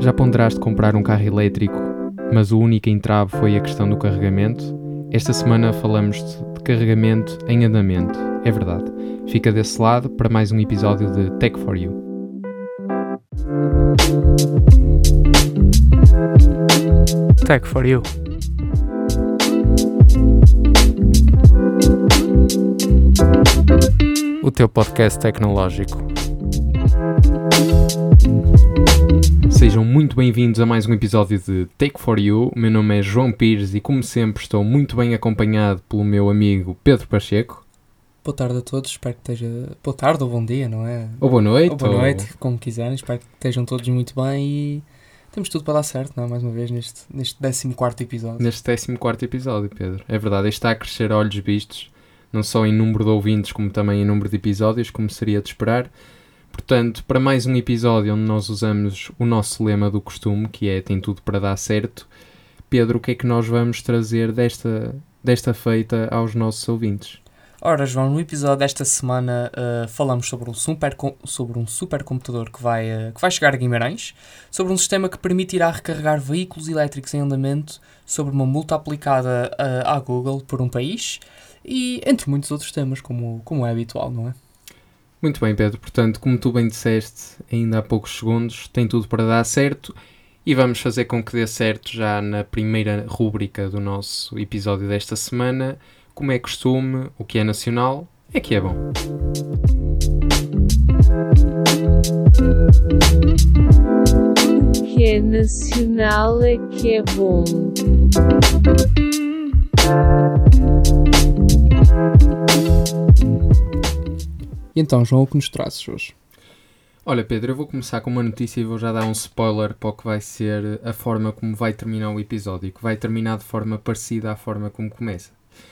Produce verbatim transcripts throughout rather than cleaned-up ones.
Já ponderaste comprar um carro elétrico, mas o único entrave foi a questão do carregamento? Esta semana falamos de carregamento em andamento. É verdade. Fica desse lado para mais um episódio de Tech for You. Tech for You. O teu podcast tecnológico. Sejam muito bem-vindos a mais um episódio de Tech for You. O meu nome é João Pires e, como sempre, estou muito bem acompanhado pelo meu amigo Pedro Pacheco. Boa tarde a todos, espero que esteja... Boa tarde ou bom dia, não é? Ou boa noite. Ou boa ou... noite, como quiserem. Espero que estejam todos muito bem e temos tudo para dar certo, não é? Mais uma vez, neste, neste décimo quarto episódio. Neste décimo quarto episódio, Pedro. É verdade, este está a crescer a olhos vistos, não só em número de ouvintes, como também em número de episódios, como seria de esperar. Portanto, para mais um episódio onde nós usamos o nosso lema do costume, que é tem tudo para dar certo. Pedro, o que é que nós vamos trazer desta, desta feita aos nossos ouvintes? Ora, João, no episódio desta semana uh, falamos sobre um, super, sobre um supercomputador que vai, uh, que vai chegar a Guimarães, sobre um sistema que permitirá recarregar veículos elétricos em andamento, sobre uma multa aplicada uh, à Google por um país e entre muitos outros temas, como, como é habitual, não é? Muito bem, Pedro. Portanto, como tu bem disseste ainda há poucos segundos, tem tudo para dar certo e vamos fazer com que dê certo já na primeira rúbrica do nosso episódio desta semana. Como é costume, o que é nacional é que é bom. O que é nacional é que é bom. E então, João, o que nos trazes hoje? Olha, Pedro, eu vou começar com uma notícia e vou já dar um spoiler para o que vai ser a forma como vai terminar o episódio, que vai terminar de forma parecida à forma como começa.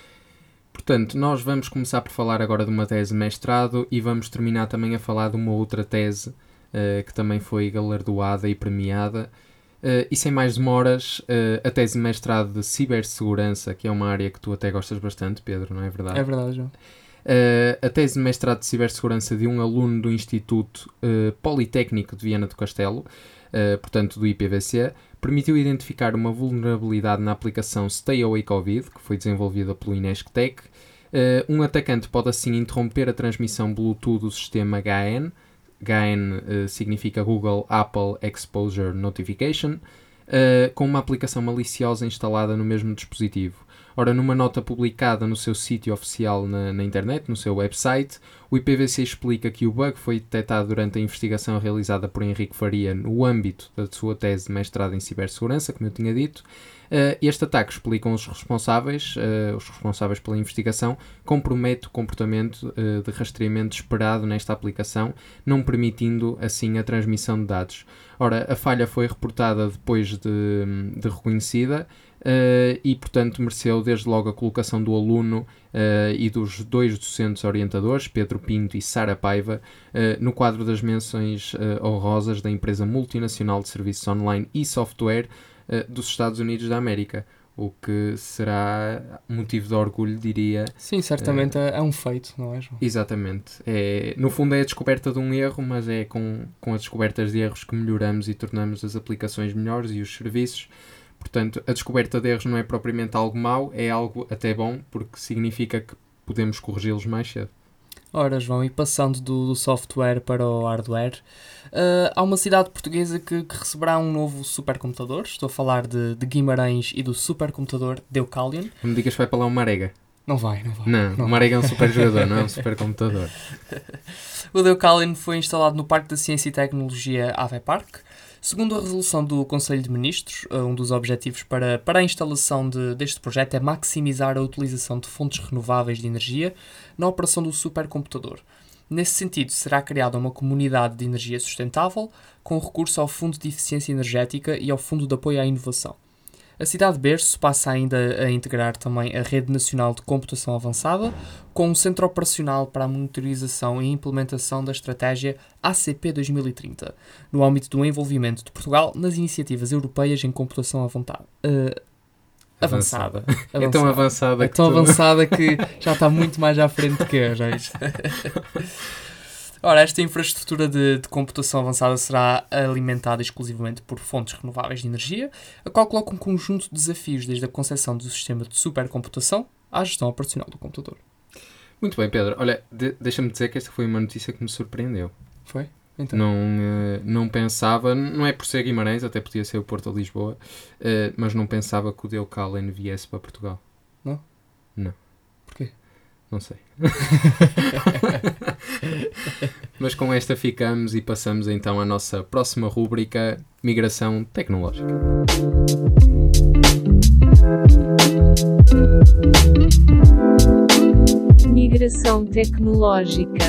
Portanto, nós vamos começar por falar agora de uma tese de mestrado e vamos terminar também a falar de uma outra tese uh, que também foi galardoada e premiada. Uh, e sem mais demoras, uh, a tese de mestrado de cibersegurança, que é uma área que tu até gostas bastante, Pedro, não é verdade? É verdade, João. Uh, a tese de mestrado de cibersegurança de um aluno do Instituto uh, Politécnico de Viana do Castelo, uh, portanto do I P V C, permitiu identificar uma vulnerabilidade na aplicação Stay Away Covid, que foi desenvolvida pelo Inesctec. Uh, um atacante pode assim interromper a transmissão Bluetooth do sistema H N, H N uh, significa Google Apple Exposure Notification, uh, com uma aplicação maliciosa instalada no mesmo dispositivo. Ora, numa nota publicada no seu sítio oficial na, na internet, no seu website, o I P V C explica que o bug foi detectado durante a investigação realizada por Henrique Faria no âmbito da sua tese de mestrado em cibersegurança, como eu tinha dito. Uh, este ataque, explicam os responsáveis, uh, os responsáveis pela investigação, compromete o comportamento uh, de rastreamento esperado nesta aplicação, não permitindo assim a transmissão de dados. Ora, a falha foi reportada depois de, de reconhecida, Uh, e, portanto, mereceu desde logo a colocação do aluno uh, e dos dois docentes orientadores, Pedro Pinto e Sara Paiva, uh, no quadro das menções uh, honrosas da empresa multinacional de serviços online e software uh, dos Estados Unidos da América, o que será motivo de orgulho, diria. Sim, certamente uh, é um feito, não é, João? Exatamente. É, no fundo é a descoberta de um erro, mas é com, com as descobertas de erros que melhoramos e tornamos as aplicações melhores e os serviços. Portanto, a descoberta de erros não é propriamente algo mau, é algo até bom, porque significa que podemos corrigi-los mais cedo. Ora, João, e passando do, do software para o hardware, uh, há uma cidade portuguesa que, que receberá um novo supercomputador. Estou a falar de, de Guimarães e do supercomputador Deucalion. Não me digas que vai para lá um Marega. Não vai, não vai. Não, não o Marega é um super jogador, não é um supercomputador. O Deucalion foi instalado no Parque da Ciência e Tecnologia Avepark. Segundo a resolução do Conselho de Ministros, um dos objetivos para, para a instalação de, deste projeto é maximizar a utilização de fontes renováveis de energia na operação do supercomputador. Nesse sentido, será criada uma comunidade de energia sustentável com recurso ao Fundo de Eficiência Energética e ao Fundo de Apoio à Inovação. A cidade de Berço passa ainda a integrar também a Rede Nacional de Computação Avançada, com um centro operacional para a monitorização e implementação da estratégia A C P dois mil e trinta, no âmbito do envolvimento de Portugal nas iniciativas europeias em computação à vontade. Uh, avançada. avançada. É tão avançada é que tão tu... avançada que já está muito mais à frente que eu, já é isto. Ora, esta infraestrutura de, de computação avançada será alimentada exclusivamente por fontes renováveis de energia, a qual coloca um conjunto de desafios desde a concepção do sistema de supercomputação à gestão operacional do computador. Muito bem, Pedro. Olha, de- deixa-me dizer que esta foi uma notícia que me surpreendeu. Foi? Então. Não, eh, não pensava, não é por ser Guimarães, até podia ser o Porto ou Lisboa, eh, mas não pensava que o Dale Cullen viesse para Portugal. Não? Não. Porquê? Não sei. Mas com esta ficamos e passamos então à nossa próxima rúbrica, Migração Tecnológica. Migração tecnológica.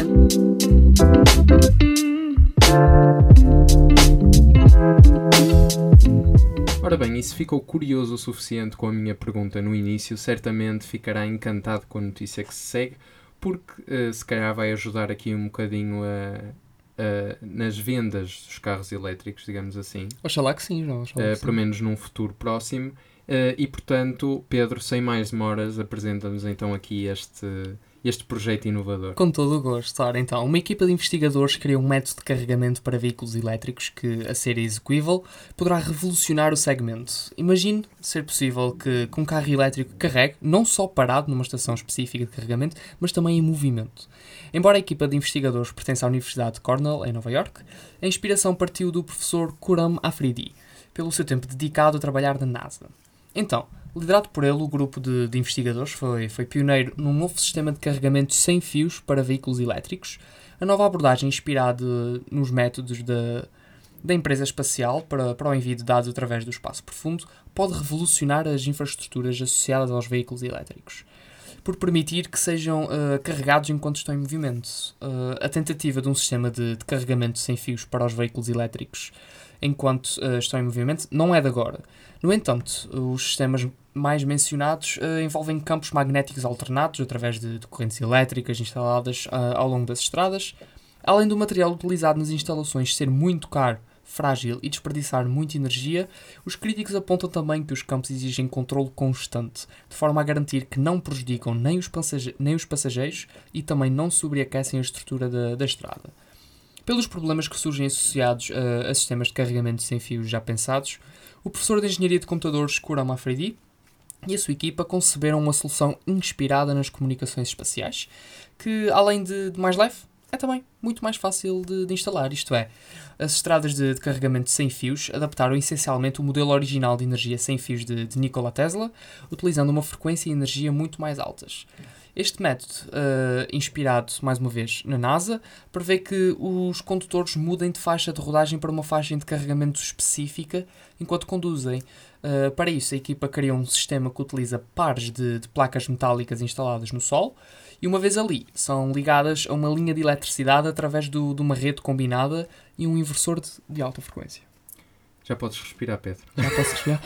Ora bem, e se ficou curioso o suficiente com a minha pergunta no início, certamente ficará encantado com a notícia que se segue, porque eh, se calhar vai ajudar aqui um bocadinho a, a- nas vendas dos carros elétricos, digamos assim, Oxalá que sim, João. Oxalá eh, que sim. pelo menos num futuro próximo. Eh, e portanto, Pedro, sem mais demoras, apresenta-nos então aqui este, este projeto inovador. Com todo o gosto. Ora, então, uma equipa de investigadores criou um método de carregamento para veículos elétricos que, a ser execuível, poderá revolucionar o segmento. Imagine ser possível que, que um carro elétrico carregue, não só parado numa estação específica de carregamento, mas também em movimento. Embora a equipa de investigadores pertença à Universidade de Cornell, em Nova York, a inspiração partiu do professor Khurram Afridi, pelo seu tempo dedicado a trabalhar na NASA. Então, liderado por ele, o grupo de, de investigadores foi, foi pioneiro num novo sistema de carregamento sem fios para veículos elétricos. A nova abordagem, inspirada nos métodos da, da empresa espacial para, para o envio de dados através do espaço profundo, pode revolucionar as infraestruturas associadas aos veículos elétricos, por permitir que sejam uh, carregados enquanto estão em movimento. Uh, a tentativa de um sistema de, de carregamento sem fios para os veículos elétricos enquanto uh, estão em movimento não é de agora. No entanto, os sistemas mais mencionados uh, envolvem campos magnéticos alternados através de, de correntes elétricas instaladas uh, ao longo das estradas, além do material utilizado nas instalações ser muito caro, frágil e desperdiçar muita energia. Os críticos apontam também que os campos exigem controle constante, de forma a garantir que não prejudicam nem os, passage- nem os passageiros e também não sobreaquecem a estrutura da, da estrada. Pelos problemas que surgem associados a, a sistemas de carregamento sem fios já pensados, o professor de Engenharia de Computadores Khurram Afridi e a sua equipa conceberam uma solução inspirada nas comunicações espaciais, que, além de, de mais leve, é também muito mais fácil de, de instalar. Isto é, as estradas de, de carregamento sem fios adaptaram essencialmente o modelo original de energia sem fios de, de Nikola Tesla, utilizando uma frequência e energia muito mais altas. Este método, uh, inspirado, mais uma vez, na NASA, prevê que os condutores mudem de faixa de rodagem para uma faixa de carregamento específica enquanto conduzem. Uh, para isso, a equipa criou um sistema que utiliza pares de, de placas metálicas instaladas no solo e, uma vez ali, são ligadas a uma linha de eletricidade através do, de uma rede combinada e um inversor de, de alta frequência. Já podes respirar, Pedro. Já posso respirar?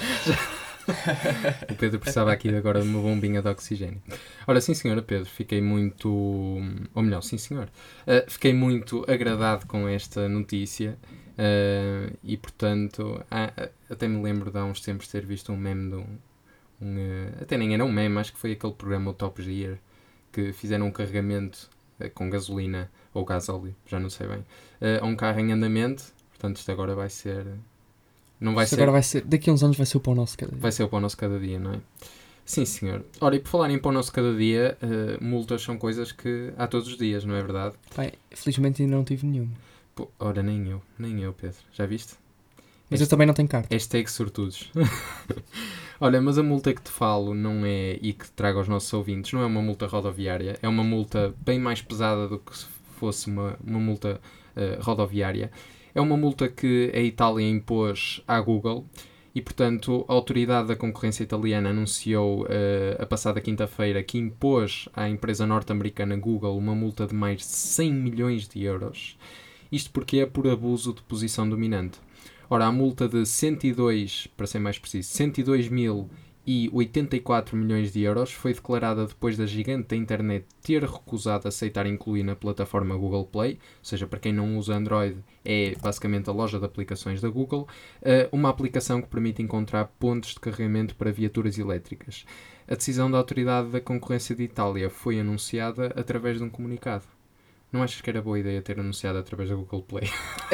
O Pedro precisava aqui agora de uma bombinha de oxigênio. Ora, sim senhora Pedro, fiquei muito... Ou melhor, sim senhor. Uh, fiquei muito agradado com esta notícia uh, e, portanto, ah, até me lembro de há uns tempos ter visto um meme de um... um uh, até nem era um meme, acho que foi aquele programa, o Top Gear, que fizeram um carregamento uh, com gasolina ou gasóleo, já não sei bem, uh, a um carro em andamento. Portanto, isto agora vai ser... Não vai Isto ser... agora vai ser, daqui a uns anos vai ser o pão nosso cada dia. Vai ser o pão nosso cada dia, não é? Sim, senhor. Ora, e por falar em pão nosso cada dia, uh, multas são coisas que há todos os dias, não é verdade? Pai, felizmente ainda não tive nenhum. Pô, ora, nem eu. Nem eu, Pedro. Já viste? Mas Este- eu também não tenho carta. Hashtag sortudos. Olha, mas a multa que te falo não é, e que trago aos nossos ouvintes, não é uma multa rodoviária. É uma multa bem mais pesada do que se fosse uma, uma multa uh, rodoviária. É uma multa que a Itália impôs à Google e, portanto, a Autoridade da Concorrência Italiana anunciou uh, a passada quinta-feira que impôs à empresa norte-americana Google uma multa de mais de cem milhões de euros. Isto porque é por abuso de posição dominante. Ora, a multa de cento e dois, para ser mais preciso, cento e dois mil e oitenta e quatro milhões de euros foi declarada depois da gigante da internet ter recusado aceitar incluir na plataforma Google Play, ou seja, para quem não usa Android, é basicamente a loja de aplicações da Google, uma aplicação que permite encontrar pontos de carregamento para viaturas elétricas. A decisão da Autoridade da Concorrência de Itália foi anunciada através de um comunicado. Não achas que era boa ideia ter anunciado através da Google Play?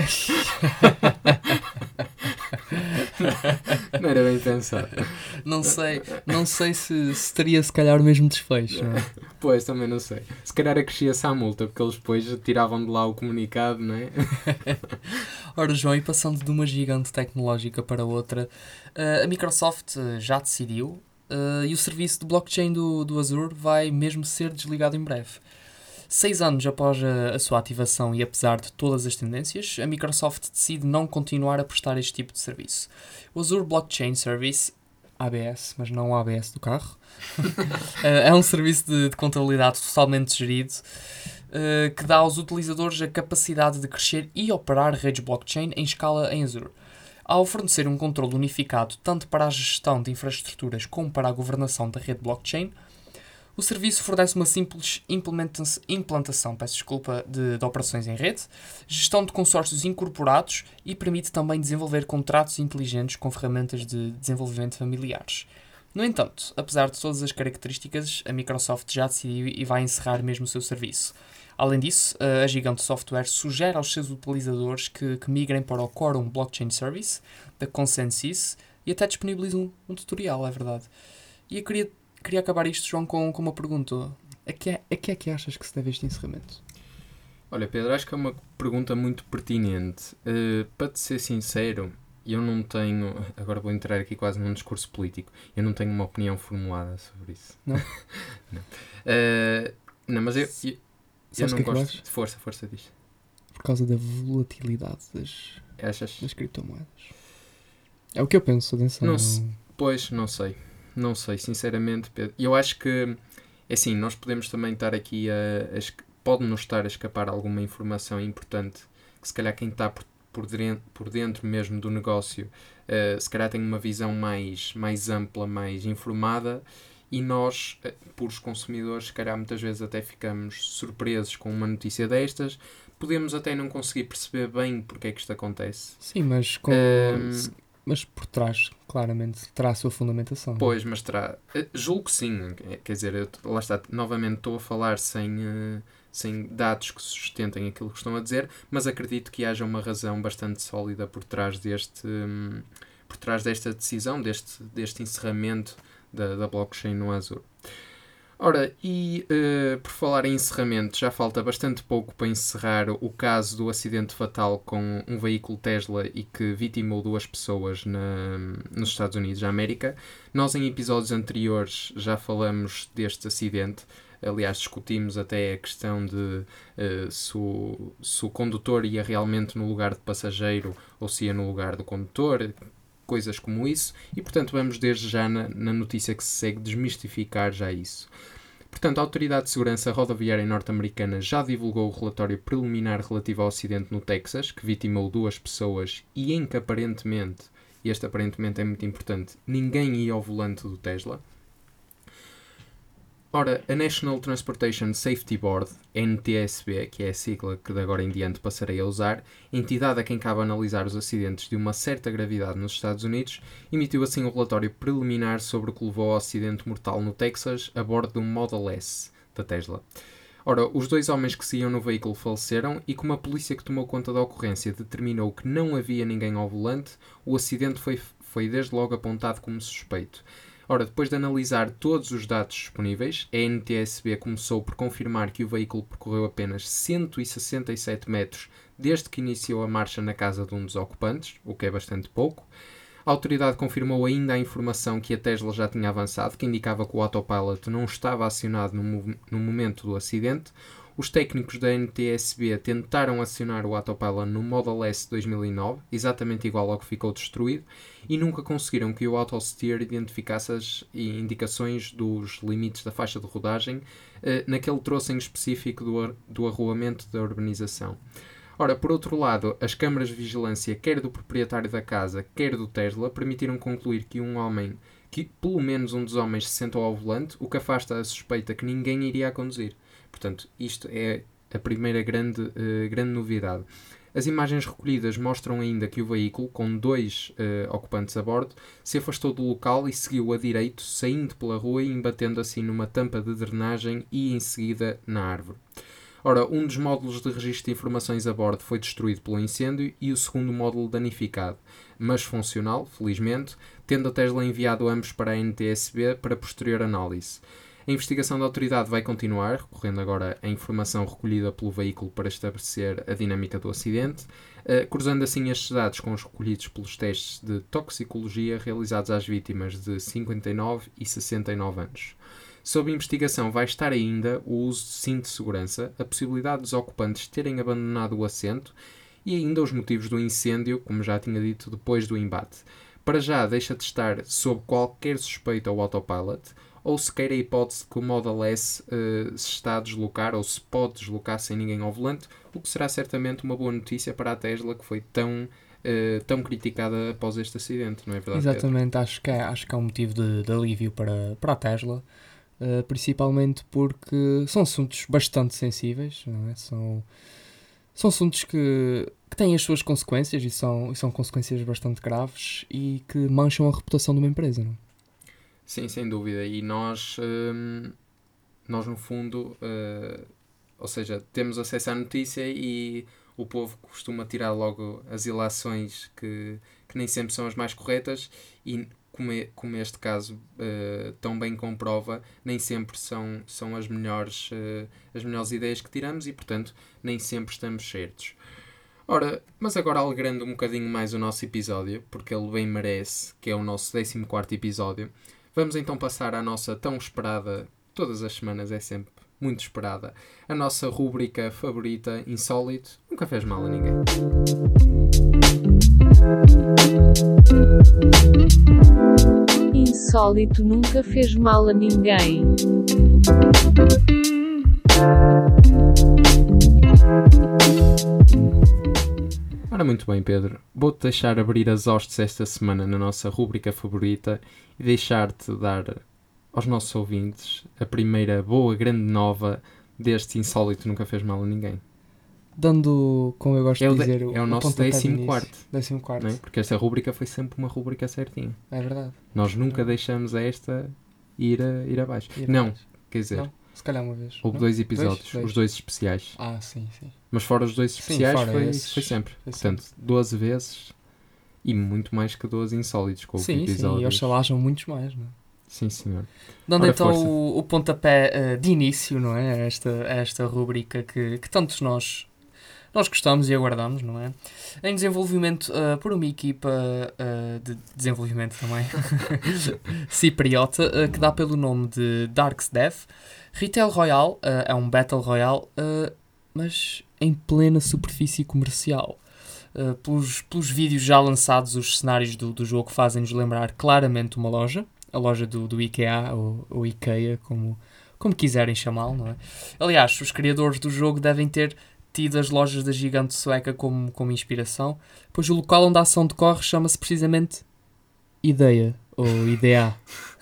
Não era bem pensado. Não sei, não sei se, se teria se calhar o mesmo desfecho. Não é? Pois, também não sei. Se calhar acrescia-se à multa, porque eles depois tiravam de lá o comunicado, não é? Ora, João, e passando de uma gigante tecnológica para outra, uh, a Microsoft já decidiu uh, e o serviço de blockchain do, do Azure vai mesmo ser desligado em breve. Seis anos após a, a sua ativação e apesar de todas as tendências, a Microsoft decide não continuar a prestar este tipo de serviço. O Azure Blockchain Service, A B S, mas não o A B S do carro, é um serviço de, de contabilidade totalmente gerido, uh, que dá aos utilizadores a capacidade de crescer e operar redes blockchain em escala em Azure. Ao fornecer um controle unificado tanto para a gestão de infraestruturas como para a governação da rede blockchain, o serviço fornece uma simples implementa- implantação peço desculpa, de, de operações em rede, gestão de consórcios incorporados e permite também desenvolver contratos inteligentes com ferramentas de desenvolvimento familiares. No entanto, apesar de todas as características, a Microsoft já decidiu e vai encerrar mesmo o seu serviço. Além disso, a gigante de software sugere aos seus utilizadores que, que migrem para o Quorum Blockchain Service, da Consensys, e até disponibiliza um, um tutorial, é verdade. E eu queria Queria acabar isto, João, com, com uma pergunta. A que, é, a que é que achas que se deve este encerramento? Olha, Pedro, acho que é uma pergunta muito pertinente. Uh, para te ser sincero, eu não tenho... Agora vou entrar aqui quase num discurso político. Eu não tenho uma opinião formulada sobre isso. Não? não. Uh, não, mas eu, eu, eu não que gosto... é que Força, força disto. Por causa da volatilidade das, Achas? das criptomoedas. É o que eu penso, atenção. Não se... Pois, não sei. Não sei, sinceramente, Pedro. Eu acho que, é assim, nós podemos também estar aqui a... a pode-nos estar a escapar alguma informação importante que se calhar quem está por, por, dentro, por dentro mesmo do negócio uh, se calhar tem uma visão mais, mais ampla, mais informada e nós, uh, puros consumidores, se calhar muitas vezes até ficamos surpresos com uma notícia destas. Podemos até não conseguir perceber bem porque é que isto acontece. Sim, mas com... Um, Mas por trás, claramente, terá a sua fundamentação. Pois, mas terá. Julgo que sim. Quer dizer, eu, lá está, novamente estou a falar sem, uh, sem dados que sustentem aquilo que estão a dizer, mas acredito que haja uma razão bastante sólida por trás deste, um, por trás desta decisão, deste, deste encerramento da, da blockchain no Azure. Ora, e uh, por falar em encerramento, já falta bastante pouco para encerrar o caso do acidente fatal com um veículo Tesla e que vitimou duas pessoas na, nos Estados Unidos da América. Nós em episódios anteriores já falamos deste acidente, aliás discutimos até a questão de uh, se, o, se o condutor ia realmente no lugar de passageiro ou se ia no lugar do condutor, coisas como isso, e portanto vamos desde já na, na notícia que se segue desmistificar já isso. Portanto, a Autoridade de Segurança Rodoviária Norte-Americana já divulgou o relatório preliminar relativo ao acidente no Texas, que vitimou duas pessoas e em que aparentemente, e este aparentemente é muito importante, ninguém ia ao volante do Tesla. Ora, a National Transportation Safety Board, N T S B, que é a sigla que de agora em diante passarei a usar, entidade a quem cabe analisar os acidentes de uma certa gravidade nos Estados Unidos, emitiu assim um relatório preliminar sobre o que levou ao acidente mortal no Texas a bordo de um Model S da Tesla. Ora, os dois homens que seguiam no veículo faleceram e como a polícia que tomou conta da ocorrência determinou que não havia ninguém ao volante, o acidente foi, foi desde logo apontado como suspeito. Ora, depois de analisar todos os dados disponíveis, a N T S B começou por confirmar que o veículo percorreu apenas cento e sessenta e sete metros desde que iniciou a marcha na casa de um dos ocupantes, o que é bastante pouco. A autoridade confirmou ainda a informação que a Tesla já tinha avançado, que indicava que o autopilot não estava acionado no, mov- no momento do acidente. Os técnicos da N T S B tentaram acionar o autopilot no Model S dois mil e nove, exatamente igual ao que ficou destruído, e nunca conseguiram que o AutoSteer identificasse as indicações dos limites da faixa de rodagem eh, naquele troço em específico do, ar- do arruamento da urbanização. Ora, por outro lado, as câmaras de vigilância, quer do proprietário da casa, quer do Tesla, permitiram concluir que um homem, que pelo menos um dos homens se sentou ao volante, o que afasta a suspeita que ninguém iria a conduzir. Portanto, isto é a primeira grande, uh, grande novidade. As imagens recolhidas mostram ainda que o veículo, com dois uh, ocupantes a bordo, se afastou do local e seguiu a direito, saindo pela rua e embatendo assim numa tampa de drenagem e em seguida na árvore. Ora, um dos módulos de registro de informações a bordo foi destruído pelo incêndio e o segundo módulo danificado, mas funcional, felizmente, tendo a Tesla enviado ambos para a N T S B para posterior análise. A investigação da autoridade vai continuar, recorrendo agora à informação recolhida pelo veículo para estabelecer a dinâmica do acidente, uh, cruzando assim estes dados com os recolhidos pelos testes de toxicologia realizados às vítimas de cinquenta e nove e sessenta e nove anos. Sob investigação vai estar ainda o uso de cinto de segurança, a possibilidade dos ocupantes terem abandonado o assento e ainda os motivos do incêndio, como já tinha dito, depois do embate. Para já deixa de estar sob qualquer suspeita ao autopilot, ou sequer a hipótese que o Model S uh, se está a deslocar ou se pode deslocar sem ninguém ao volante, o que será certamente uma boa notícia para a Tesla, que foi tão, uh, tão criticada após este acidente, não é verdade? Exatamente, acho que, é, acho que é um motivo de, de alívio para, para a Tesla, uh, principalmente porque são assuntos bastante sensíveis, não é? São, são assuntos que, que têm as suas consequências e são, e são consequências bastante graves e que mancham a reputação de uma empresa, não é? Sim, sem dúvida. E nós, hum, nós no fundo, uh, ou seja, temos acesso à notícia e o povo costuma tirar logo as ilações que, que nem sempre são as mais corretas e, como, é, como este caso uh, tão bem comprova, nem sempre são, são as, melhores, uh, as melhores ideias que tiramos e, portanto, nem sempre estamos certos. Ora, mas agora alegrando um bocadinho mais o nosso episódio, porque ele bem merece, que é o nosso décimo quarto episódio, vamos então passar à nossa tão esperada, todas as semanas é sempre muito esperada, a nossa rúbrica favorita, Insólito, nunca fez mal a ninguém. Insólito nunca fez mal a ninguém. Ora, muito bem, Pedro. Vou-te deixar abrir as hostes esta semana na nossa rúbrica favorita e deixar-te dar aos nossos ouvintes a primeira boa, grande nova deste Insólito Nunca Fez Mal a Ninguém. Dando, como eu gosto É o, de de, dizer, é o, o nosso décimo quarto. Décimo quarto. Não é? Porque esta rúbrica foi sempre uma rúbrica certinha. É verdade. Nós nunca Não. deixamos esta ir, a, ir abaixo. Ir não, abaixo. quer dizer, Não? Se calhar uma vez. houve não? dois episódios, Dois? Dois. os dois especiais. Ah, sim, sim. Mas fora os dois especiais Sim, foi, esses, foi sempre. foi Portanto, doze vezes e muito mais que doze insólitos com Sim, episódios. sim, e oxalá hajam muitos mais, não é? Sim, senhor. Dando Ora, então força. o, o pontapé uh, de início, não é? A esta, a esta rubrica que, que tantos nós, nós gostamos e aguardamos, não é? Em desenvolvimento uh, por uma equipa uh, de desenvolvimento também cipriota, uh, que dá pelo nome de Dark's Death. Retail Royale uh, é um Battle Royale, uh, mas em plena superfície comercial. Uh, pelos, pelos vídeos já lançados, os cenários do, do jogo fazem-nos lembrar claramente uma loja, a loja do, do IKEA ou, ou IKEA, como, como quiserem chamá-lo, não é? Aliás, os criadores do jogo devem ter tido as lojas da gigante sueca como, como inspiração, pois o local onde a ação decorre chama-se precisamente Ideia, ou Idea.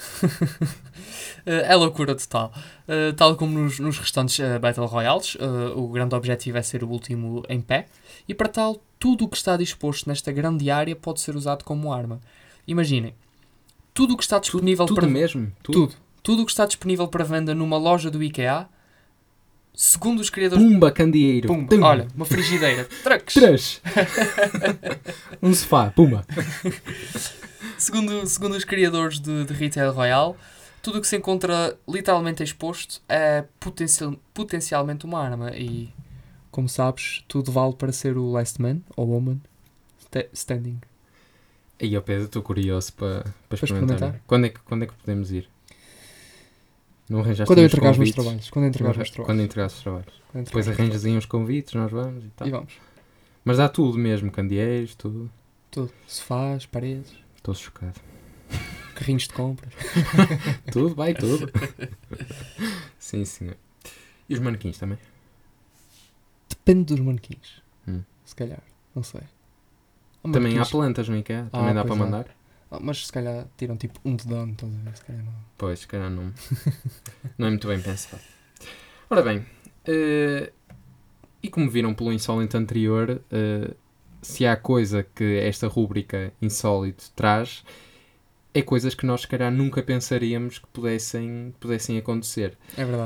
É loucura total. Uh, tal como nos, nos restantes uh, Battle Royales, uh, o grande objetivo é ser o último em pé, e para tal, tudo o que está disposto nesta grande área pode ser usado como arma. Imaginem, tudo o que está disponível tudo, para... Tudo mesmo? Tudo. Tudo. Tudo o que está disponível para venda numa loja do IKEA, segundo os criadores... Pumba, candeeiro. Pumba. Tum. Olha, uma frigideira. Trucks. Três. um sofá. Pumba. Segundo, segundo os criadores de, de Retail Royale, tudo o que se encontra literalmente exposto é potencial, potencialmente uma arma. E, como sabes, tudo vale para ser o last man ou woman st- standing. E eu, Pedro, estou curioso para, para, Para experimentar. experimentar? Quando é, que, quando é que podemos ir? Não arranjaste Quando eu uns entregar os meus convites? trabalhos. Quando eu entregar os meus Quando trabalhos. entregaste os trabalhos. Quando Depois entregar os arranjas aí uns convites, nós vamos e tal. E vamos. Mas dá tudo mesmo, candeeiros, tudo. Tudo. Sofás, paredes, Estou chocado. carrinhos de compras. Tudo, vai tudo. Sim, senhor. E os manequins também? Depende dos manequins. Hum. Se calhar. Não sei. Há Também há manequins- plantas no IKEA? Também Ah, dá para pois é. mandar? Ah, mas se calhar tiram tipo um dedão, estás a ver? Se calhar não. Pois, se calhar não. Não é muito bem pensado. Ora bem, eh, e como viram pelo insólito anterior, eh, se há coisa que esta rúbrica insólito traz, é coisas que nós se calhar nunca pensaríamos que pudessem, pudessem acontecer. É verdade.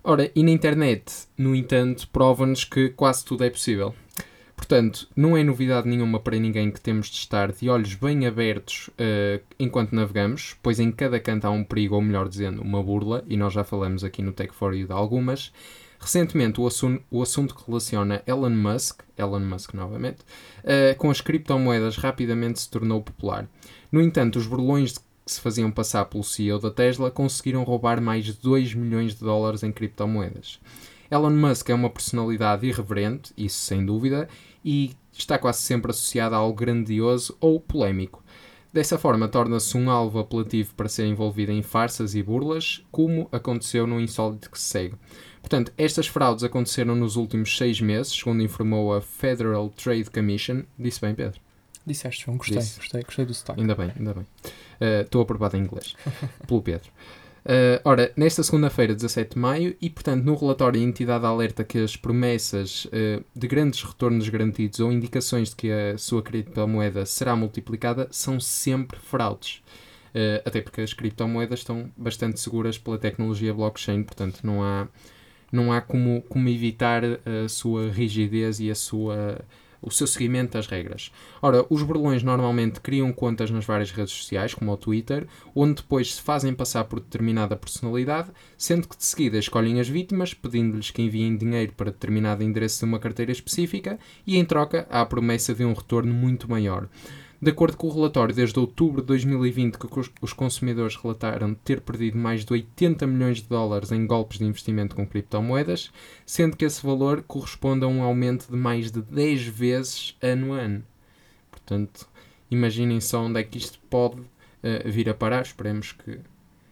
Ora, e na internet, no entanto, prova-nos que quase tudo é possível. Portanto, não é novidade nenhuma para ninguém que temos de estar de olhos bem abertos uh, enquanto navegamos, pois em cada canto há um perigo, ou melhor dizendo, uma burla, e nós já falamos aqui no Tech for You de algumas. Recentemente, o, assun- o assunto que relaciona Elon Musk, Elon Musk novamente, uh, com as criptomoedas rapidamente se tornou popular. No entanto, os burlões que se faziam passar pelo C E O da Tesla conseguiram roubar mais de dois milhões de dólares em criptomoedas. Elon Musk é uma personalidade irreverente, isso sem dúvida, e está quase sempre associado a algo grandioso ou polémico. Dessa forma, torna-se um alvo apelativo para ser envolvido em farsas e burlas, como aconteceu no insólito que se segue. Portanto, estas fraudes aconteceram nos últimos seis meses, segundo informou a Federal Trade Commission. Disse bem, Pedro? Disseste, João, gostei, Disse. gostei, gostei do sotaque. Ainda bem, ainda bem. Estou uh, aprovado em inglês, pelo Pedro. Uh, ora, nesta segunda-feira, dezassete de maio, e portanto no relatório a entidade alerta que as promessas uh, de grandes retornos garantidos ou indicações de que a sua criptomoeda será multiplicada são sempre fraudes. Uh, até porque as criptomoedas estão bastante seguras pela tecnologia blockchain, portanto não há, não há como, como evitar a sua rigidez e a sua... o seu seguimento das regras. Ora, os burlões normalmente criam contas nas várias redes sociais, como o Twitter, onde depois se fazem passar por determinada personalidade, sendo que de seguida escolhem as vítimas, pedindo-lhes que enviem dinheiro para determinado endereço de uma carteira específica e, em troca, há a promessa de um retorno muito maior. De acordo com o relatório, desde outubro de dois mil e vinte que os consumidores relataram ter perdido mais de oitenta milhões de dólares em golpes de investimento com criptomoedas, sendo que esse valor corresponde a um aumento de mais de dez vezes ano a ano. Portanto, imaginem só onde é que isto pode uh, vir a parar. Esperemos que, que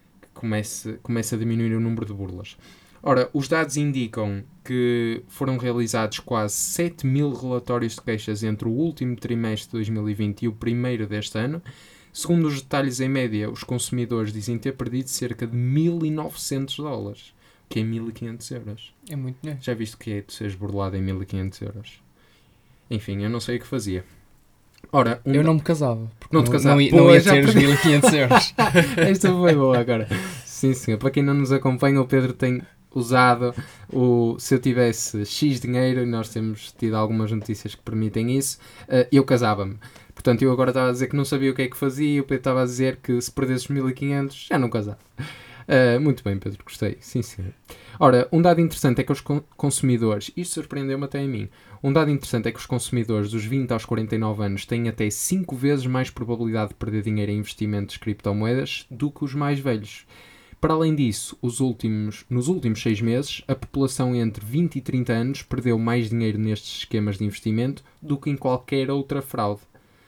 comece, comece a diminuir o número de burlas. Ora, os dados indicam que foram realizados quase sete mil relatórios de queixas entre o último trimestre de dois mil e vinte e o primeiro deste ano. Segundo os detalhes, em média, os consumidores dizem ter perdido cerca de mil e novecentos dólares, o que é mil e quinhentos euros. É muito dinheiro. Já viste o que é tu seres burlado em mil e quinhentos euros? Enfim, eu não sei o que fazia. Ora, um eu da... não me casava. Porque não te casava. Não, ia, Pô, não ia já ter os perdi. mil e quinhentos euros. Esta foi boa agora. Sim, senhor. Para quem não nos acompanha, o Pedro tem usado o se eu tivesse X dinheiro, e nós temos tido algumas notícias que permitem isso, uh, eu casava-me. Portanto, eu agora estava a dizer que não sabia o que é que fazia e o Pedro estava a dizer que se perdesses mil e quinhentos já não casava. Uh, muito bem, Pedro, gostei. Sim, sim. Ora, um dado interessante é que os consumidores, isto surpreendeu-me até a mim, um dado interessante é que os consumidores dos vinte aos quarenta e nove anos têm até cinco vezes mais probabilidade de perder dinheiro em investimentos de criptomoedas do que os mais velhos. Para além disso, os últimos, nos últimos seis meses, a população entre vinte e trinta anos perdeu mais dinheiro nestes esquemas de investimento do que em qualquer outra fraude.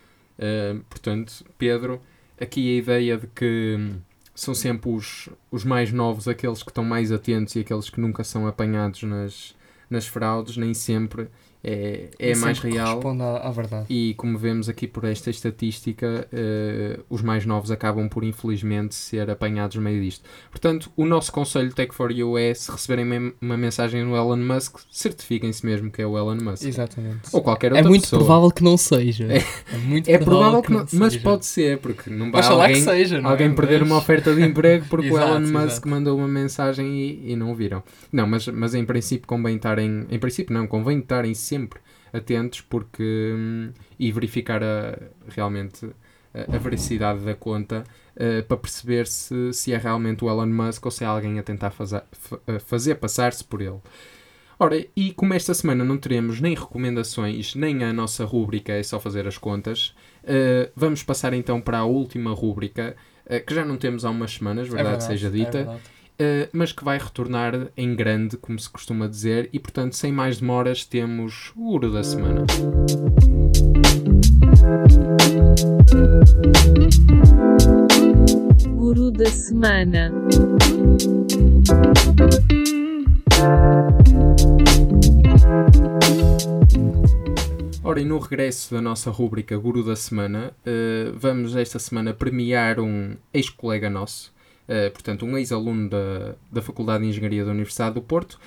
Uh, portanto, Pedro, aqui a ideia de que são sempre os, os mais novos, aqueles que estão mais atentos e aqueles que nunca são apanhados nas, nas fraudes, nem sempre é, é mais real. Corresponde à, à verdade. E como vemos aqui por esta estatística, uh, os mais novos acabam por, infelizmente, ser apanhados no meio disto. Portanto, o nosso conselho Tech for You é, se receberem uma mensagem no Elon Musk, certifiquem-se mesmo que é o Elon Musk. Exatamente. Ou qualquer outra é muito pessoa. provável que não seja. É, é muito é provável, provável que não, que não mas seja. pode ser, porque não vai Oxalá alguém, que seja, não alguém é? perder Mas... uma oferta de emprego porque Exato, o Elon Musk exato. mandou uma mensagem e, e não o viram. Não, mas, mas em princípio convém estarem, em princípio não, convém estarem sempre atentos porque, hum, e verificar a, realmente a, a veracidade da conta uh, para perceber se, se é realmente o Elon Musk ou se é alguém a tentar fazer, fa, fazer passar-se por ele. Ora, e como esta semana não teremos nem recomendações, nem a nossa rúbrica é só fazer as contas, uh, vamos passar então para a última rúbrica, uh, que já não temos há umas semanas, verdade, é verdade seja dita, é verdade. uh, mas que vai retornar em grande, como se costuma dizer, e portanto, sem mais demoras, temos o Guru da Semana. Guru da Semana. Ora, e no regresso da nossa rúbrica Guru da Semana, uh, vamos esta semana premiar um ex-colega nosso, uh, portanto um ex-aluno da, da Faculdade de Engenharia da Universidade do Porto,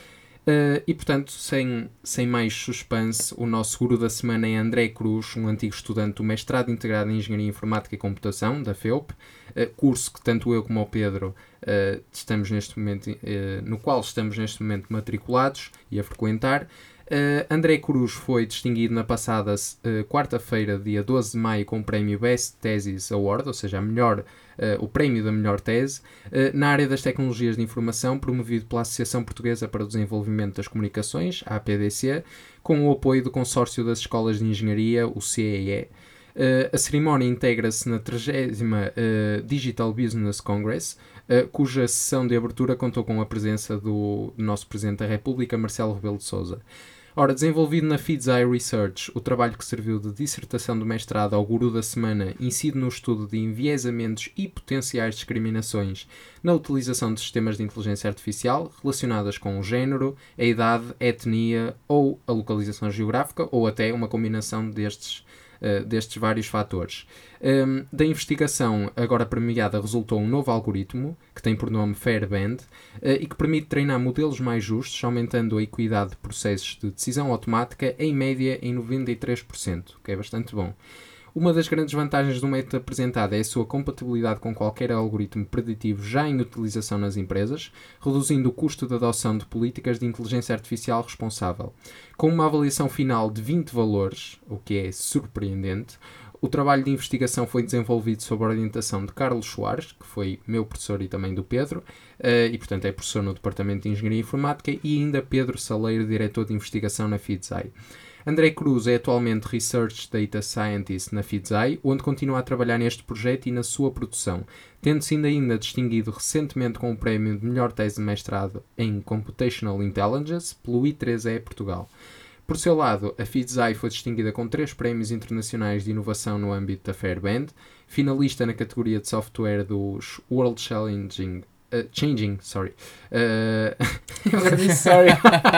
Uh, e, portanto, sem, sem mais suspense, o nosso guru da semana é André Cruz, um antigo estudante do mestrado integrado em Engenharia Informática e Computação, da F E U P, uh, curso que tanto eu como o Pedro uh, estamos neste momento, uh, no qual estamos neste momento matriculados e a frequentar. Uh, André Cruz foi distinguido na passada uh, quarta-feira, dia doze de maio, com o prémio Best Thesis Award, ou seja, a melhor, uh, o prémio da melhor tese, uh, na área das tecnologias de informação, promovido pela Associação Portuguesa para o Desenvolvimento das Comunicações, a A P D C, com o apoio do Consórcio das Escolas de Engenharia, o C E E. Uh, a cerimónia integra-se na trigésima uh, Digital Business Congress, uh, cuja sessão de abertura contou com a presença do, do nosso Presidente da República, Marcelo Rebelo de Sousa. Ora, desenvolvido na Feedzai Research, o trabalho que serviu de dissertação de mestrado ao guru da semana incide no estudo de enviesamentos e potenciais discriminações na utilização de sistemas de inteligência artificial relacionadas com o género, a idade, a etnia ou a localização geográfica, ou até uma combinação destes Uh, destes vários fatores. Um, da investigação agora premiada resultou um novo algoritmo, que tem por nome Fairband, uh, e que permite treinar modelos mais justos, aumentando a equidade de processos de decisão automática em média em noventa e três por cento, que é bastante bom. Uma das grandes vantagens do método apresentado é a sua compatibilidade com qualquer algoritmo preditivo já em utilização nas empresas, reduzindo o custo de adoção de políticas de inteligência artificial responsável. Com uma avaliação final de vinte valores, o que é surpreendente, o trabalho de investigação foi desenvolvido sob a orientação de Carlos Soares, que foi meu professor e também do Pedro, e portanto é professor no Departamento de Engenharia Informática, e ainda Pedro Saleiro, diretor de investigação na Feedzai. André Cruz é atualmente Research Data Scientist na Feedzai, onde continua a trabalhar neste projeto e na sua produção, tendo-se ainda, ainda distinguido recentemente com o prémio de melhor tese de mestrado em Computational Intelligence pelo I três E Portugal. Por seu lado, a Feedzai foi distinguida com três prémios internacionais de inovação no âmbito da Fairband, finalista na categoria de software dos World Challenging Uh, changing, sorry. Uh... Agora disse sorry.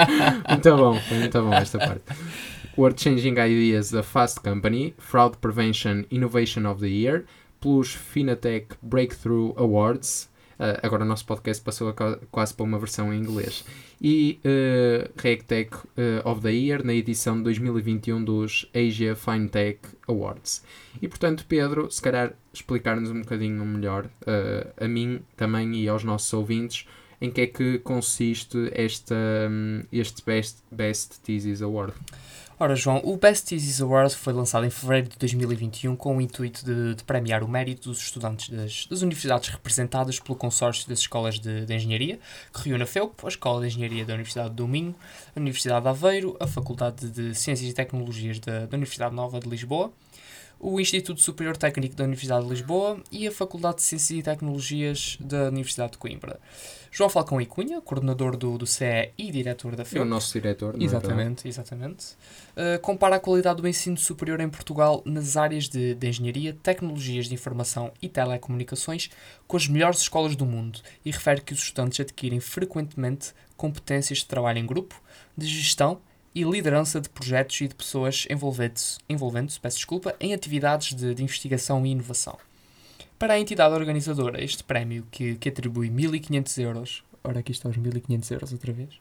Muito bom, foi muito bom esta parte. World Changing Ideas da Fast Company, Fraud Prevention Innovation of the Year, pelos Finatech Breakthrough Awards. Uh, agora o nosso podcast passou a quase para uma versão em inglês. E uh, RegTech uh, of the Year na edição de dois mil e vinte e um dos Asia FinTech Awards. E portanto, Pedro, se calhar explicar-nos um bocadinho melhor, uh, a mim também e aos nossos ouvintes, em que é que consiste esta, um, este Best, Best Thesis Award. Ora, João, o Best Thesis Award foi lançado em fevereiro de dois mil e vinte e um com o intuito de, de premiar o mérito dos estudantes das, das universidades representadas pelo consórcio das escolas de, de engenharia, que reúne a F E U P, a Escola de Engenharia da Universidade do Minho, a Universidade de Aveiro, a Faculdade de Ciências e Tecnologias da, da Universidade Nova de Lisboa, o Instituto Superior Técnico da Universidade de Lisboa e a Faculdade de Ciências e Tecnologias da Universidade de Coimbra. João Falcão e Cunha, coordenador do, do C E E e diretor da F E U P. É o nosso diretor, não é? Exatamente, exatamente. Uh, compara a qualidade do ensino superior em Portugal nas áreas de, de engenharia, tecnologias de informação e telecomunicações com as melhores escolas do mundo e refere que os estudantes adquirem frequentemente competências de trabalho em grupo, de gestão e liderança de projetos e de pessoas envolvendo-se, envolvendo-se, peço desculpa, em atividades de, de investigação e inovação. Para a entidade organizadora, este prémio, que, que atribui mil e quinhentos euros... Ora, aqui estão os mil e quinhentos euros outra vez.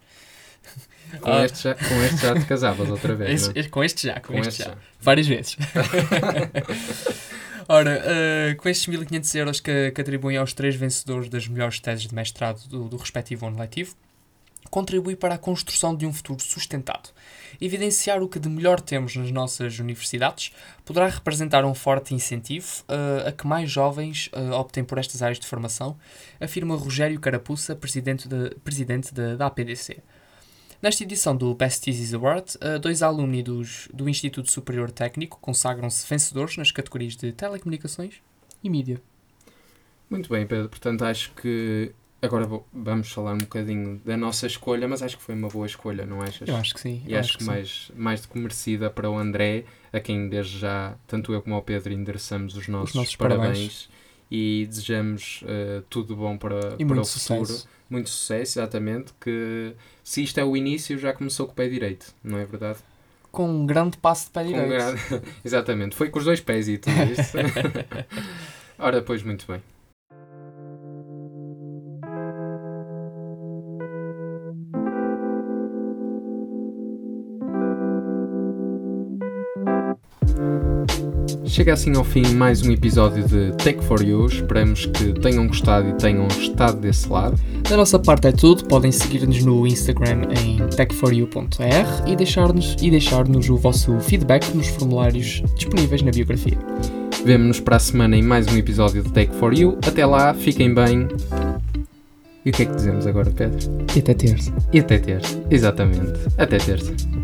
Com, ah. este já, com este já te casavas outra vez, este, não é? Com este já, com, com este, este já. já. Várias vezes. Ora, uh, com estes mil e quinhentos euros que, que atribuem aos três vencedores das melhores teses de mestrado do, do respectivo ano letivo, contribui para a construção de um futuro sustentado. Evidenciar o que de melhor temos nas nossas universidades poderá representar um forte incentivo uh, a que mais jovens uh, optem por estas áreas de formação, afirma Rogério Carapuça, presidente, de, presidente de, da A P D C. Nesta edição do Best Thesis Award, uh, dois alumni dos, do Instituto Superior Técnico consagram-se vencedores nas categorias de telecomunicações e mídia. Muito bem, Pedro. Portanto, acho que agora vou, vamos falar um bocadinho da nossa escolha, mas acho que foi uma boa escolha, não achas? Eu acho que sim. E acho, acho que, que mais, mais do que merecida para o André, a quem desde já, tanto eu como o Pedro, endereçamos os nossos, os nossos parabéns, parabéns e desejamos uh, tudo bom para, e para o sucesso. futuro. Muito sucesso, exatamente, que se isto é o início, já começou com o pé direito, não é verdade? Com um grande passo de pé com direito. Um grande... Exatamente, foi com os dois pés e tudo isso. Ora, pois, muito bem. Chega assim ao fim mais um episódio de Tech for You. Esperamos que tenham gostado e tenham estado desse lado. Da nossa parte é tudo. Podem seguir-nos no Instagram em tech for you ponto r e deixar-nos, e deixar-nos o vosso feedback nos formulários disponíveis na biografia. Vemo-nos para a semana em mais um episódio de Tech for You. Até lá, fiquem bem. E o que é que dizemos agora, Pedro? E até terça. E até terça. Exatamente. Até terça.